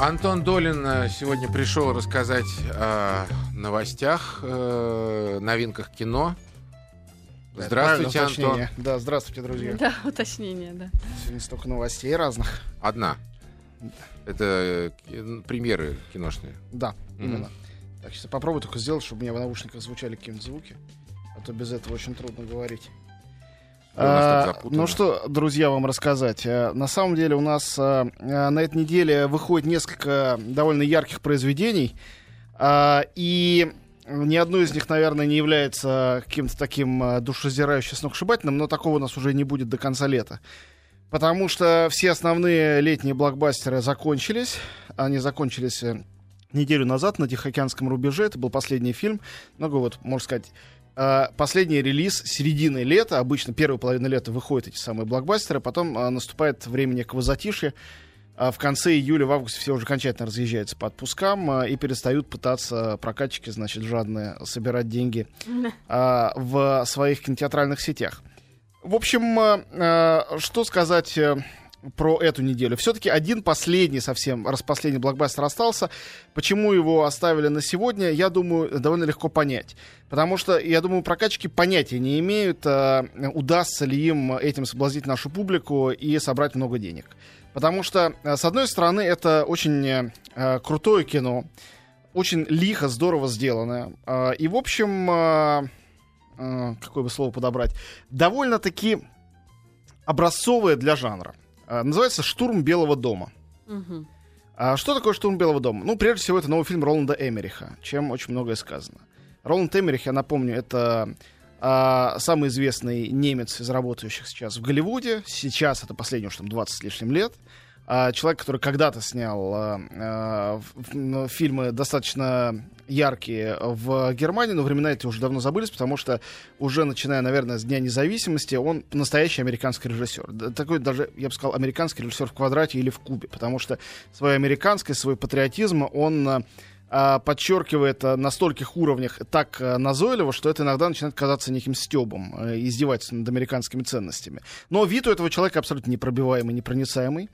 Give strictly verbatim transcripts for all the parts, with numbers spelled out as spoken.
Антон Долин сегодня пришел рассказать о новостях, э, новинках кино. Здравствуйте, Антон. Да, здравствуйте, друзья. Да, уточнение, да. Сегодня столько новостей разных. Одна. Это ки- премьеры киношные. Да, Mm-hmm. именно. Так, сейчас попробую только сделать, чтобы у меня в наушниках звучали какие-нибудь звуки. А то без этого очень трудно говорить. А, ну что, друзья, вам рассказать. А, на самом деле у нас а, а, на этой неделе выходит несколько довольно ярких произведений. А, и ни одно из них, наверное, не является каким-то таким а, душераздирающим, сногсшибательным, но такого у нас уже не будет до конца лета. Потому что все основные летние блокбастеры закончились. Они закончились неделю назад на Тихоокеанском рубеже. Это был последний фильм. Много вот, можно сказать... Uh, последний релиз середины лета. Обычно первую половину лета выходят эти самые блокбастеры, потом uh, наступает время некого затишья. Uh, в конце июля, в августе все уже окончательно разъезжаются по отпускам uh, и перестают пытаться прокатчики, значит, жадные, собирать деньги uh, в своих кинотеатральных сетях. В общем, uh, uh, что сказать... Uh, про эту неделю. Все-таки один последний совсем, раз последний блокбастер остался. Почему его оставили на сегодня, я думаю, довольно легко понять. Потому что, я думаю, прокатчики понятия не имеют, э, удастся ли им этим соблазнить нашу публику и собрать много денег. Потому что, э, с одной стороны, это очень э, крутое кино, очень лихо, здорово сделанное. Э, и, в общем, э, э, какое бы слово подобрать, довольно-таки образцовое для жанра. Называется «Штурм Белого дома». Угу. А что такое «Штурм Белого дома»? Ну, прежде всего, это новый фильм Роланда Эммериха, чем очень многое сказано. Роланд Эммерих, я напомню, это а, самый известный немец из работающих сейчас в Голливуде. Сейчас это последние уж там двадцать с лишним лет. А, человек, который когда-то снял а, а, в, фильмы достаточно яркие в Германии, но времена эти уже давно забылись, потому что уже начиная, наверное, с Дня независимости, он настоящий американский режиссер. Такой даже, я бы сказал, американский режиссер в квадрате или в кубе, потому что свою американскость, свой патриотизм он а, подчеркивает на стольких уровнях так а, назойливо, что это иногда начинает казаться неким стёбом, а, издевательством над американскими ценностями. Но вид у этого человека абсолютно непробиваемый, непроницаемый.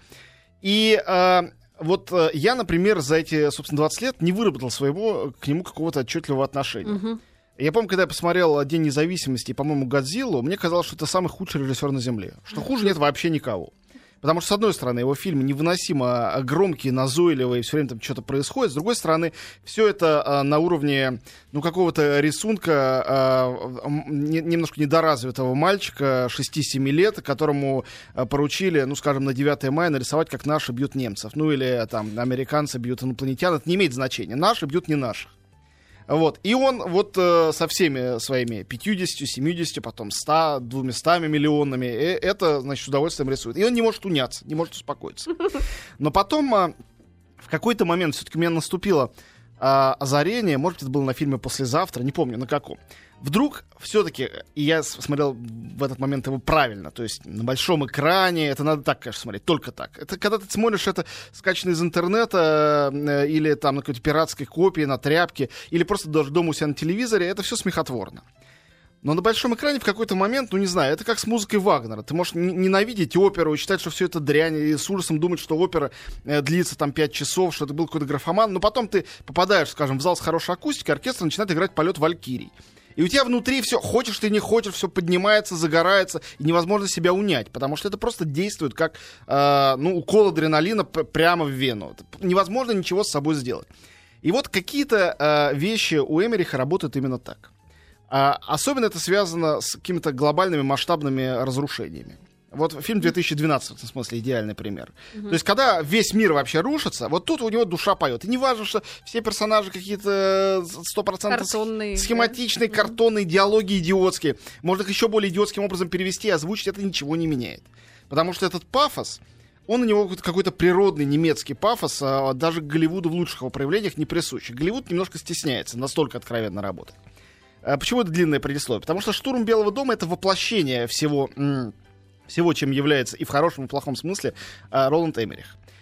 И э, вот э, я, например, за эти, собственно, двадцать лет не выработал своего к нему какого-то отчетливого отношения. Uh-huh. Я помню, когда я посмотрел «День независимости» и, по-моему, «Годзиллу», мне казалось, что это самый худший режиссер на Земле. Что хуже нет вообще никого. Потому что, с одной стороны, его фильмы невыносимо громкие, назойливые, все время там что-то происходит. С другой стороны, все это а, на уровне ну, какого-то рисунка а, не, немножко недоразвитого мальчика шести-семи лет, которому а, поручили, ну, скажем, на девятое мая нарисовать, как наши бьют немцев. Ну, или там американцы бьют инопланетян. Это не имеет значения. Наши бьют не наших. Вот. И он вот э, со всеми своими пятьюдесятью, семьюдесятью, потом ста, двумястами миллионами э, это, значит, с удовольствием рисует. И он не может уняться, не может успокоиться. Но потом э, в какой-то момент все-таки у меня наступило э, озарение, может быть, это было на фильме «Послезавтра», не помню на каком. Вдруг все-таки, и я смотрел в этот момент его правильно, то есть на большом экране, это надо так, конечно, смотреть, только так. Это когда ты смотришь это скачано из интернета э, или там на какой-то пиратской копии, на тряпке, или просто даже дома у себя на телевизоре, это все смехотворно. Но на большом экране в какой-то момент, ну не знаю, это как с музыкой Вагнера. Ты можешь ненавидеть оперу и считать, что все это дрянь, и с ужасом думать, что опера э, длится там пять часов, что это был какой-то графоман, но потом ты попадаешь, скажем, в зал с хорошей акустикой, оркестр начинает играть «Полет Валькирий». И у тебя внутри все, хочешь ты не хочешь, все поднимается, загорается, и невозможно себя унять, потому что это просто действует как э, ну, укол адреналина п- прямо в вену. Невозможно ничего с собой сделать. И вот какие-то э, вещи у Эммериха работают именно так. А, особенно это связано с какими-то глобальными масштабными разрушениями. Вот фильм две тысячи двенадцатого, в смысле, идеальный пример. Uh-huh. То есть, когда весь мир вообще рушится, вот тут у него душа поет. И не важно, что все персонажи какие-то сто процентов схематичные, да? Картонные, диалоги идиотские. Можно их еще более идиотским образом перевести и озвучить, это ничего не меняет. Потому что этот пафос, он у него какой-то природный немецкий пафос, а даже Голливуду в лучших его проявлениях не присущ. Голливуд немножко стесняется, настолько откровенно работает. А почему это длинное предисловие? Потому что «Штурм Белого дома» — это воплощение всего... М- всего, чем является и в хорошем, и в плохом смысле Роланд Эммерих.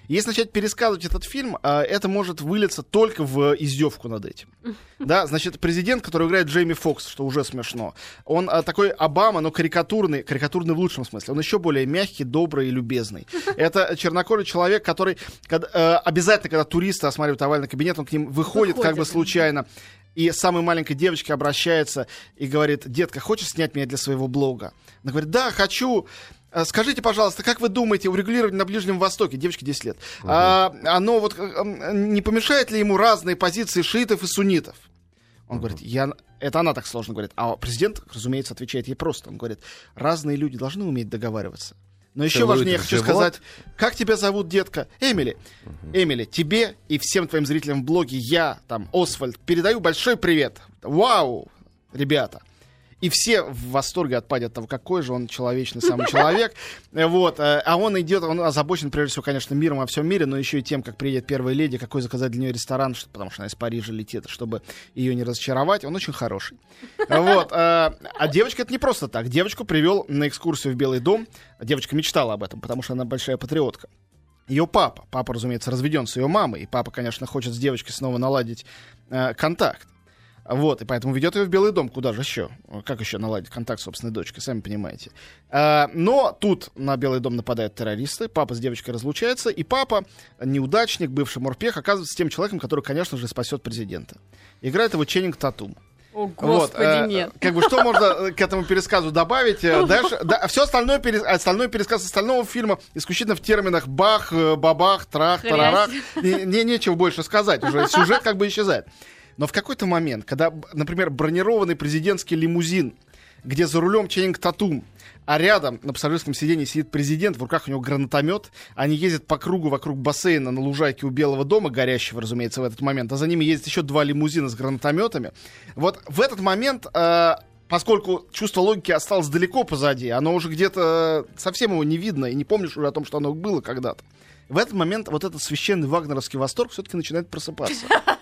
Если начать пересказывать этот фильм, это может вылиться только в издевку над этим. Да, значит, президент, который играет Джейми Фокс, что уже смешно, он такой Обама, но карикатурный, карикатурный в лучшем смысле. Он еще более мягкий, добрый и любезный. Это чернокожий человек, который когда, обязательно, когда туристы осматривают овальный кабинет, он к ним выходит, выходит как бы случайно. И с самой маленькой девочкой обращается и говорит: детка, хочешь снять меня для своего блога? Она говорит: да, хочу. Скажите, пожалуйста, как вы думаете, урегулирование на Ближнем Востоке, девочке десять лет, угу. а, оно вот не помешает ли ему разные позиции шиитов и суннитов? Он угу. говорит, я... это она так сложно говорит. А президент, разумеется, отвечает ей просто. Он говорит: разные люди должны уметь договариваться. Но еще Целует важнее я хочу живот. сказать, как тебя зовут, детка? Эмили. Угу. Эмили, тебе и всем твоим зрителям в блоге я, там, Освальд, передаю большой привет. Вау, ребята. И все в восторге отпадят от того, какой же он человечный самый человек. Вот. А он идет, он озабочен, прежде всего, конечно, миром во всем мире, но еще и тем, как приедет первая леди, какой заказать для нее ресторан, потому что она из Парижа летит, чтобы ее не разочаровать. Он очень хороший. Вот. А девочка это не просто так. Девочку привел на экскурсию в Белый дом. Девочка мечтала об этом, потому что она большая патриотка. Ее папа. Папа, разумеется, разведен с ее мамой. И папа, конечно, хочет с девочкой снова наладить э, контакт. Вот, и поэтому ведет ее в Белый дом. Куда же еще? Как еще наладить контакт с собственной дочкой, сами понимаете. А, но тут на Белый дом нападают террористы, папа с девочкой разлучается, и папа, неудачник, бывший морпех, оказывается тем человеком, который, конечно же, спасет президента. Играет его Ченнинг Татум. О, Господи, вот, э, нет. Как бы что можно к этому пересказу добавить? Дальше, да, все остальное, перес, остальной пересказ остального фильма исключительно в терминах бах, бабах, трах, тарарах. Не, не, нечего больше сказать, уже сюжет как бы исчезает. Но в какой-то момент, когда, например, бронированный президентский лимузин, где за рулем Ченнинг Татум, а рядом на пассажирском сиденье сидит президент, в руках у него гранатомет, они ездят по кругу вокруг бассейна на лужайке у Белого дома, горящего, разумеется, в этот момент, а за ними ездят еще два лимузина с гранатометами. Вот в этот момент, э, поскольку чувство логики осталось далеко позади, оно уже где-то совсем его не видно, и не помнишь уже о том, что оно было когда-то. В этот момент вот этот священный вагнеровский восторг все-таки начинает просыпаться.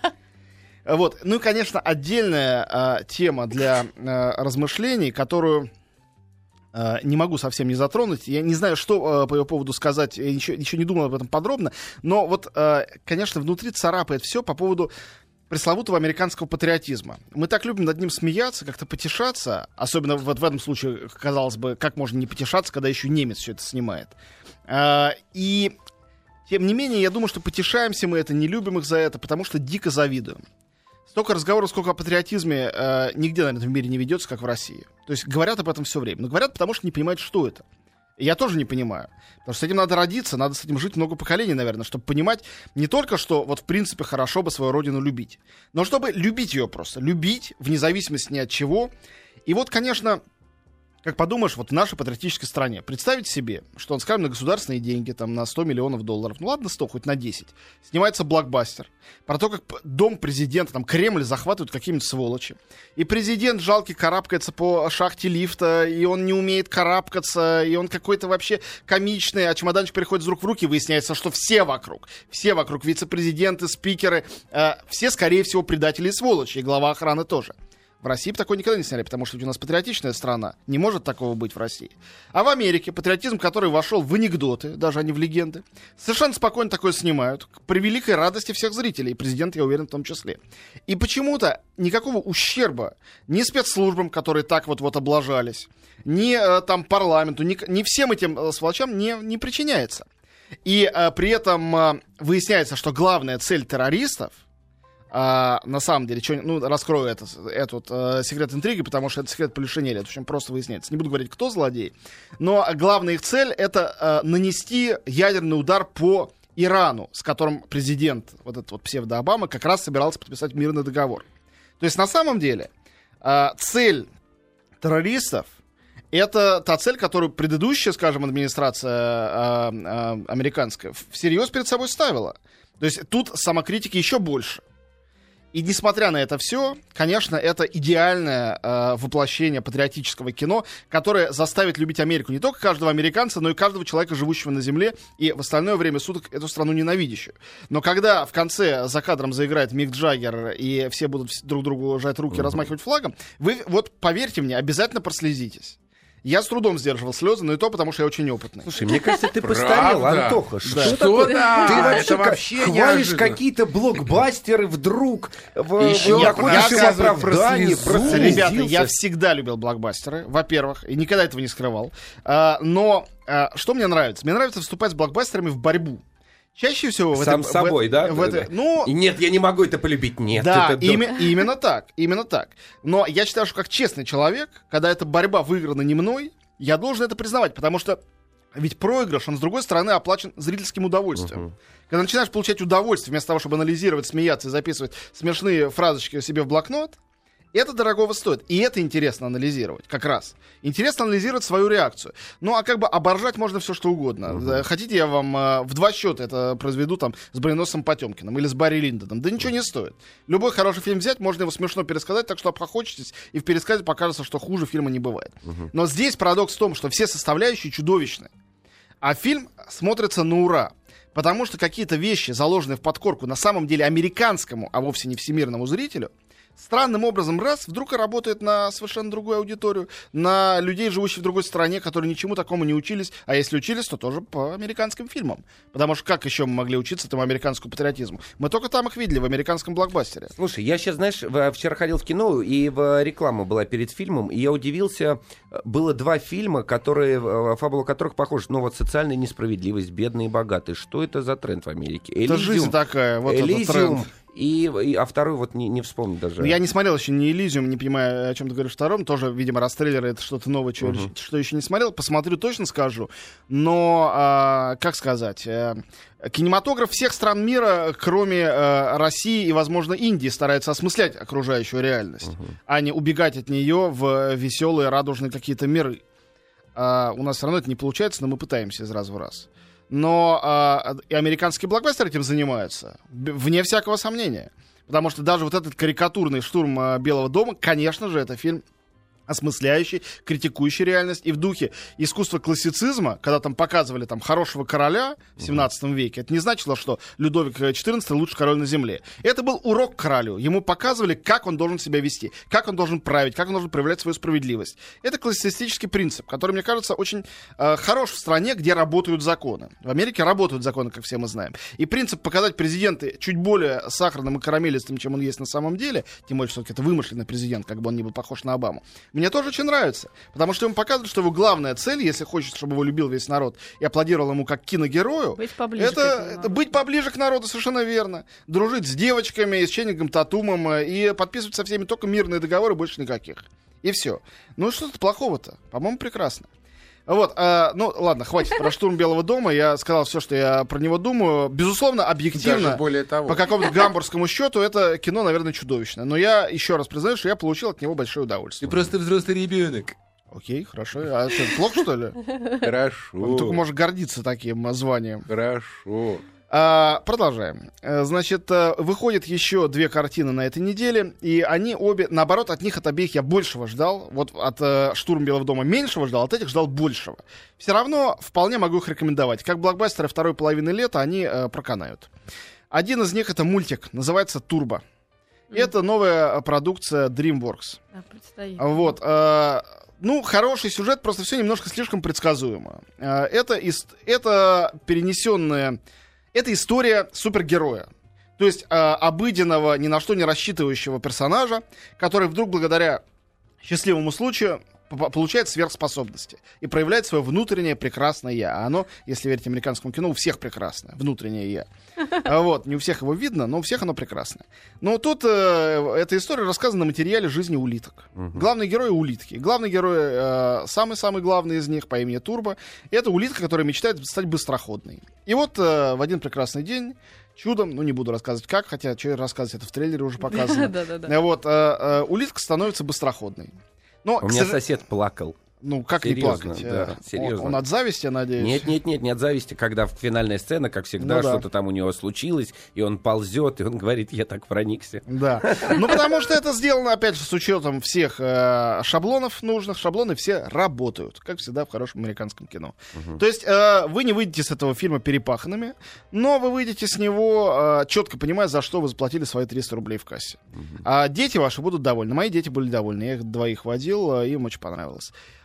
Вот. Ну и, конечно, отдельная э, тема для э, размышлений, которую э, не могу совсем не затронуть. Я не знаю, что э, по ее поводу сказать, я еще, еще не думал об этом подробно. Но вот, э, конечно, внутри царапает все по поводу пресловутого американского патриотизма. Мы так любим над ним смеяться, как-то потешаться. Особенно вот в этом случае, казалось бы, как можно не потешаться, когда еще немец все это снимает. Э, и, тем не менее, я думаю, что потешаемся мы это, не любим их за это, потому что дико завидуем. Столько разговоров, сколько о патриотизме э, нигде, наверное, в мире не ведется, как в России. То есть говорят об этом все время. Но говорят, потому что не понимают, что это. И я тоже не понимаю. Потому что с этим надо родиться, надо с этим жить много поколений, наверное, чтобы понимать не только, что вот в принципе хорошо бы свою родину любить, но чтобы любить ее просто. Любить вне зависимости ни от чего. И вот, конечно... Как подумаешь, вот в нашей патриотической стране, представить себе, что он, скажем, на государственные деньги, там, на сто миллионов долларов, ну ладно, сто, хоть на десять, снимается блокбастер, про то, как дом президента, там, Кремль захватывают какие-нибудь сволочи, и президент жалкий карабкается по шахте лифта, и он не умеет карабкаться, и он какой-то вообще комичный, а чемоданчик переходит из рук в руки, выясняется, что все вокруг, все вокруг, вице-президенты, спикеры, э, все, скорее всего, предатели и сволочи, и глава охраны тоже. В России бы такое никогда не сняли, потому что у нас патриотичная страна. Не может такого быть в России. А в Америке патриотизм, который вошел в анекдоты, даже а не в легенды, совершенно спокойно такое снимают, к превеликой радости всех зрителей, и президент, я уверен, в том числе. И почему-то никакого ущерба ни спецслужбам, которые так вот-вот облажались, ни э, там парламенту, ни, ни всем этим э, сволочам не, не причиняется. И э, при этом э, выясняется, что главная цель террористов, А, на самом деле, что, ну, раскрою это, этот э, секрет интриги, потому что это секрет Полишинеля, это очень просто выясняется. Не буду говорить, кто злодей, но главная их цель — это э, нанести ядерный удар по Ирану, с которым президент, вот этот вот псевдо-Обама, как раз собирался подписать мирный договор. То есть, на самом деле, э, цель террористов — это та цель, которую предыдущая, скажем, администрация э, э, американская всерьез перед собой ставила. То есть, тут самокритики еще больше. И несмотря на это все, конечно, это идеальное э, воплощение патриотического кино, которое заставит любить Америку не только каждого американца, но и каждого человека, живущего на земле, и в остальное время суток эту страну ненавидящую. Но когда в конце за кадром заиграет Мик Джаггер, и все будут друг другу жать руки, uh-huh. размахивать флагом, вы, вот поверьте мне, обязательно прослезитесь. Я с трудом сдерживал слезы, но и то потому, что я очень опытный. Слушай, мне кажется, ты постарел, Антоха. Что, Что такое? да, Ты вообще, это как вообще хвалишь неожиданно. какие-то блокбастеры вдруг. В, Еще в, находишься в рассказывать про оправдании, слезу. прослезился. Ребята, я всегда любил блокбастеры, во-первых, и никогда этого не скрывал. А, но а, что мне нравится? Мне нравится вступать с блокбастерами в борьбу. Чаще всего... В Сам этой- с собой, в, да? В этой, ну, И нет, я не могу это полюбить. Нет, да, это... име- именно так, именно так. Но я считаю, что как честный человек, когда эта борьба выиграна не мной, я должен это признавать, потому что ведь проигрыш, он, с другой стороны, оплачен зрительским удовольствием. Мгм. Когда начинаешь получать удовольствие, вместо того, чтобы анализировать, смеяться и записывать смешные фразочки себе в блокнот, это дорогого стоит. И это интересно анализировать, как раз. Интересно анализировать свою реакцию. Ну, а как бы оборжать можно все, что угодно. Uh-huh. Хотите, я вам э, в два счета это произведу там с Броненосцем Потемкиным или с Барри Линдоном? Да ничего не стоит. Любой хороший фильм взять, можно его смешно пересказать, так что обхохочетесь, и в пересказе покажется, что хуже фильма не бывает. Uh-huh. Но здесь парадокс в том, что все составляющие чудовищны. А фильм смотрится на ура. Потому что какие-то вещи, заложенные в подкорку на самом деле американскому, а вовсе не всемирному зрителю, странным образом раз вдруг и работает на совершенно другую аудиторию, на людей, живущих в другой стране, которые ничему такому не учились, а если учились, то тоже по американским фильмам. Потому что как еще мы могли учиться этому американскому патриотизму? Мы только там их видели, в американском блокбастере. Слушай, я сейчас, знаешь, в- вчера ходил в кино, и в реклама была перед фильмом, и я удивился, было два фильма, которые, э, фабула которых похожа, ну вот «Социальная несправедливость», «Бедные и богатые». Что это за тренд в Америке? Это жизнь такая, вот этот тренд. «Элизиум», и, и, а второй вот не, не вспомню даже. Ну, я не смотрел еще ни «Элизиум», не понимаю, о чем ты говоришь втором. Тоже, видимо, раз трейлеры — это что-то новое, что, Uh-huh. что еще не смотрел. Посмотрю, точно скажу. Но, а, как сказать... А, кинематограф всех стран мира, кроме э, России и, возможно, Индии, старается осмыслять окружающую реальность, uh-huh. а не убегать от нее в веселые, радужные какие-то миры. А, у нас все равно это не получается, но мы пытаемся из раза в раз. Но а, и американские блокбастеры этим занимаются, б- вне всякого сомнения. Потому что даже вот этот карикатурный штурм а, Белого дома, конечно же, это фильм осмысляющий, критикующий реальность, и в духе искусства классицизма, когда там показывали там хорошего короля в семнадцатом веке, это не значило, что Людовик четырнадцатый лучший король на земле. Это был урок королю. Ему показывали, как он должен себя вести, как он должен править, как он должен проявлять свою справедливость. Это классицистический принцип, который, мне кажется, очень э, хорош в стране, где работают законы. В Америке работают законы, как все мы знаем. И принцип показать президента чуть более сахарным и карамелистым, чем он есть на самом деле, тем более, что это вымышленный президент, как бы он ни был похож на Обаму, мне тоже очень нравится. Потому что ему показывают, что его главная цель, если хочет, чтобы его любил весь народ и аплодировал ему как киногерою, Быть поближе к это, этому это народу. быть поближе к народу, совершенно верно. Дружить с девочками, с Ченнингом Татумом э, и подписывать со всеми только мирные договоры, больше никаких. И все. Ну что тут плохого-то? По-моему, прекрасно. Вот, а, ну ладно, хватит про штурм Белого дома. Я сказал все, что я про него думаю. Безусловно, объективно, Даже более того. по какому-то гамбургскому счету, это кино, наверное, чудовищное. Но я еще раз признаю, что я получил от него большое удовольствие. просто взрослый ребенок. Окей, хорошо. А что, плохо, что ли? Хорошо. Он только может гордиться таким а, званием. Хорошо. А, продолжаем. А, Значит, а, выходят еще две картины на этой неделе, и они обе, наоборот, от них, от обеих я большего ждал. Вот от а, «Штурм Белого дома» меньшего ждал, от этих ждал большего. Все равно вполне могу их рекомендовать. Как блокбастеры второй половины лета они а, проканают. Один из них — это мультик, называется «Турбо». Мгм. Это новая а, продукция DreamWorks. Да, предстоит. Вот. а, Ну, хороший сюжет, просто все немножко слишком предсказуемо. А, Это, ис- это перенесенная... Это история супергероя. То есть э, обыденного, ни на что не рассчитывающего персонажа, который вдруг благодаря счастливому случаю п- получает сверхспособности и проявляет свое внутреннее прекрасное «я». А оно, если верить американскому кино, у всех прекрасное, внутреннее «я». А Вот, не у всех его видно, но у всех оно прекрасное. Но тут э, эта история рассказана на материале жизни улиток. Мгм. Главный герой — улитки. Главный герой, э, самый-самый главный из них по имени Турбо, это улитка, которая мечтает стать быстроходной. И вот э, в один прекрасный день чудом, ну не буду рассказывать как, хотя что рассказывать, это в трейлере уже показано. Да-да-да. Э, Вот, э, э, улитка становится быстроходной. Но, У к меня сож- сосед плакал. ну как Серьезно, не плакать? да, э, серьезно. Он, он от зависти, я надеюсь. Нет, нет, нет, не от зависти, когда финальная сцена, как всегда, Ну да. что-то там у него случилось, и он ползет, и он говорит, я так проникся. Да. Ну, потому что это сделано, опять же, с учетом всех э, шаблонов нужных. Шаблоны все работают, как всегда в хорошем американском кино. Мгм. То есть э, вы не выйдете с этого фильма перепаханными, но вы выйдете с него э, четко понимая, за что вы заплатили свои триста рублей в кассе. А дети ваши будут довольны. Мои дети были довольны. Я их двоих водил, э, им очень понравилось.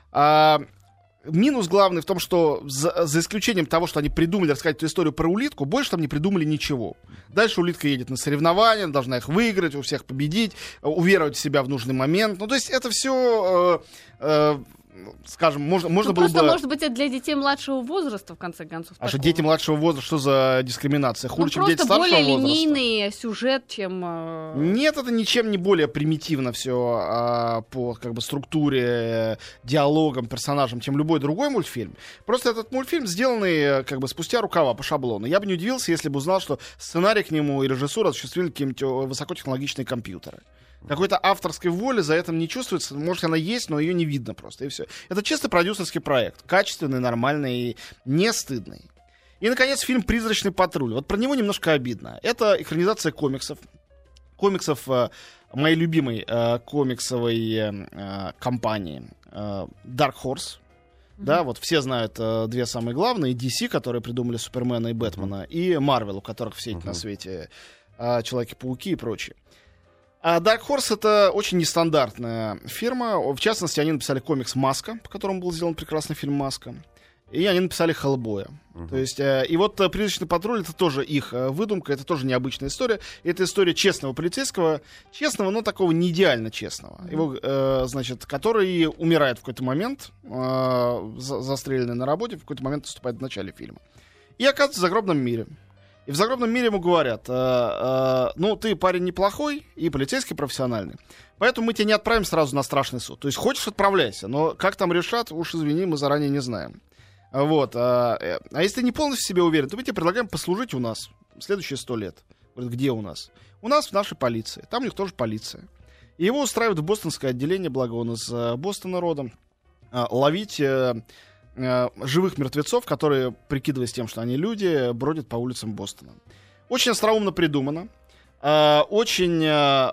А, минус главный в том, что за, за исключением того, что они придумали рассказать эту историю про улитку, больше там не придумали ничего. Дальше улитка едет на соревнования, должна их выиграть, у всех победить, уверовать в себя в нужный момент. Ну, то есть это все... Э, э, скажем, можно, можно ну, было просто, бы... может быть, это для детей младшего возраста, в конце концов. А что такого. дети младшего возраста, что за дискриминация? Хуже, ну, чем дети старшего более возраста? линейный сюжет, чем... Э... Нет, это ничем не более примитивно все а, по как бы, структуре, диалогам, персонажам, чем любой другой мультфильм. Просто этот мультфильм сделанный как бы спустя рукава по шаблону. Я бы не удивился, если бы узнал, что сценарий к нему и режиссуру осуществили какие-нибудь высокотехнологичные компьютеры. Какой-то авторской воли за этим не чувствуется. Может, она есть, но ее не видно просто, и все. Это чисто продюсерский проект. Качественный, нормальный и не стыдный. И, наконец, фильм «Призрачный патруль». Вот про него немножко обидно. Это экранизация комиксов. Комиксов э, моей любимой э, комиксовой э, компании э, Dark Horse. Mm-hmm. Да, вот все знают э, две самые главные. ди си, которые придумали Супермена и Бэтмена, mm-hmm. и Marvel, у которых все эти mm-hmm. на свете э, Человеки-пауки и прочие. А Dark Horse — это очень нестандартная фирма. В частности, они написали комикс «Маска», по которому был сделан прекрасный фильм «Маска». И они написали «Хеллбоя». Uh-huh. То есть, э, и вот «Призрачный патруль» — это тоже их э, выдумка, это тоже необычная история. Это история честного полицейского, честного, но такого не идеально честного. Uh-huh. Его, э, значит, который умирает в какой-то момент, э, за- застреленный на работе, в какой-то момент наступает в начале фильма. И оказывается в загробном мире. И в загробном мире ему говорят, э, э, ну, ты парень неплохой и полицейский профессиональный, поэтому мы тебя не отправим сразу на страшный суд. То есть хочешь — отправляйся, но как там решат, уж извини, мы заранее не знаем. Вот. А, а если ты не полностью в себе уверен, то мы тебе предлагаем послужить у нас следующие сто лет. Говорят, где у нас? У нас в нашей полиции. Там у них тоже полиция. И его устраивают в бостонское отделение, благо он из uh, Бостона родом, uh, ловить... Uh, живых мертвецов, которые, прикидываясь тем, что они люди, бродят по улицам Бостона. Очень остроумно придумано. Очень,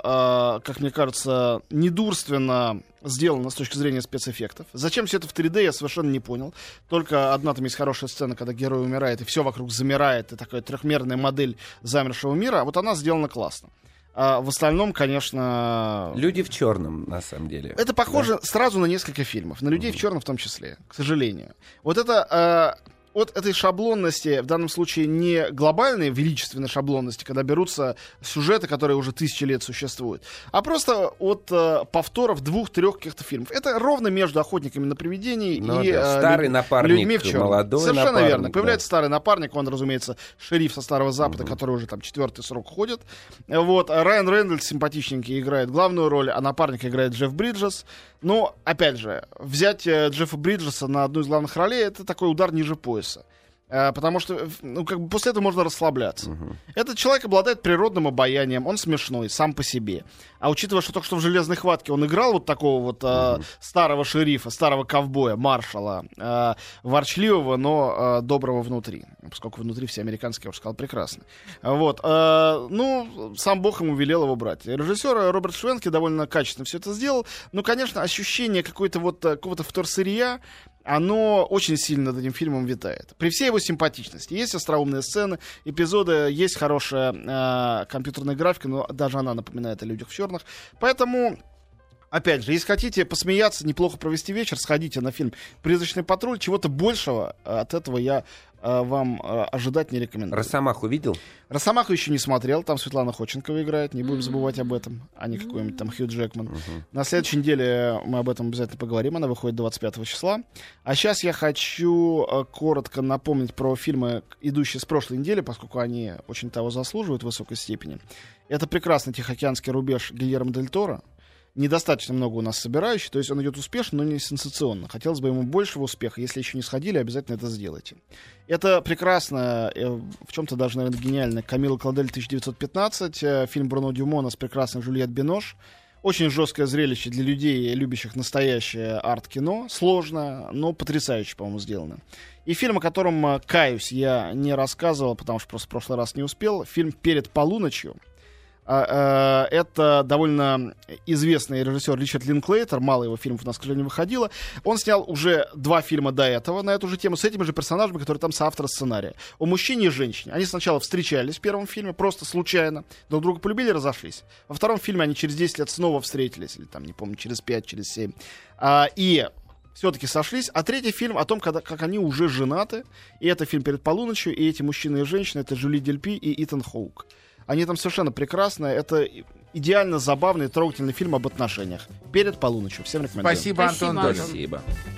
как мне кажется, недурственно сделано с точки зрения спецэффектов. Зачем все это в три дэ, я совершенно не понял. Только одна там есть хорошая сцена, когда герой умирает, и все вокруг замирает, и такая трехмерная модель замершего мира. Вот она сделана классно. А в остальном, конечно... «Люди в черном», на самом деле. Это похоже да? сразу на несколько фильмов. На «Людей mm-hmm. в черном» в том числе, к сожалению. Вот это... Э, от этой шаблонности, в данном случае не глобальной величественной шаблонности, когда берутся сюжеты, которые уже тысячи лет существуют, а просто от э, повторов двух-трех каких-то фильмов. Это ровно между «Охотниками на привидений» ну, и да. старый люд... напарник, «Людьми в черном». Молодой Совершенно напарник, верно. Появляется да. старый напарник, он, разумеется, шериф со Старого Запада, угу. который уже там четвертый срок ходит. Вот. Райан Рейнольдс симпатичненький играет главную роль, а напарник играет Джефф Бриджес. Но, опять же, взять э, Джеффа Бриджеса на одну из главных ролей — это такой удар ниже пояса. Потому что ну, как бы после этого можно расслабляться. Uh-huh. Этот человек обладает природным обаянием, он смешной сам по себе. А учитывая, что только что в «Железной хватке» он играл вот такого вот uh-huh. э, старого шерифа, старого ковбоя, маршала, э, ворчливого, но э, доброго внутри. Поскольку внутри все американские, я уже сказал, прекрасно. Вот. Э, ну, сам Бог ему велел его брать. Режиссер Роберт Швенке довольно качественно все это сделал. Но, конечно, ощущение какой-то вот, какого-то вторсырья, оно очень сильно над этим фильмом витает. При всей его симпатичности. Есть остроумные сцены, эпизоды, есть хорошая э, компьютерная графика, но даже она напоминает о «Людях в черных». Поэтому, опять же, если хотите посмеяться, неплохо провести вечер, сходите на фильм «Призрачный патруль». Чего-то большего от этого я э, вам э, ожидать не рекомендую. «Росомаху» видел? «Росомаху» еще не смотрел. Там Светлана Ходченкова играет. Не будем забывать об этом. А не какой-нибудь там Хью Джекман. Uh-huh. На следующей неделе мы об этом обязательно поговорим. Она выходит двадцать пятого числа. А сейчас я хочу э, коротко напомнить про фильмы, идущие с прошлой недели, поскольку они очень того заслуживают в высокой степени. Это прекрасный «Тихоокеанский рубеж» Гильермо Дель Торо. Недостаточно много у нас собирающий, то есть он идет успешно, но не сенсационно. Хотелось бы ему большего успеха. Если еще не сходили, обязательно это сделайте. Это прекрасно, в чем-то даже, наверное, гениально. «Камилла Клодель» тысяча девятьсот пятнадцать, фильм Бруно Дюмона с прекрасной Жюльет Бинош. Очень жесткое зрелище для людей, любящих настоящее арт-кино. Сложно, но потрясающе, по-моему, сделано. И фильм, о котором, каюсь, я не рассказывал, потому что просто в прошлый раз не успел. Фильм «Перед полуночью». Это довольно известный режиссер Ричард Линклейтер. Мало его фильмов у нас, к сожалению, выходило. Он снял уже два фильма до этого на эту же тему с этими же персонажами, которые там соавторы сценария. О мужчине и женщине. Они сначала встречались в первом фильме, просто случайно. Друг друга полюбили, разошлись. Во втором фильме они через десять лет снова встретились. Или там, не помню, через пять, через семь. И все-таки сошлись. А третий фильм о том, когда, как они уже женаты. И это фильм «Перед полуночью». И эти мужчины и женщины — это Жюли Дельпи и Итан Хоук. Они там совершенно прекрасные. Это идеально забавный, трогательный фильм об отношениях. «Перед полуночью». Всем рекомендую. Спасибо, Антон Спасибо, Долин. Спасибо.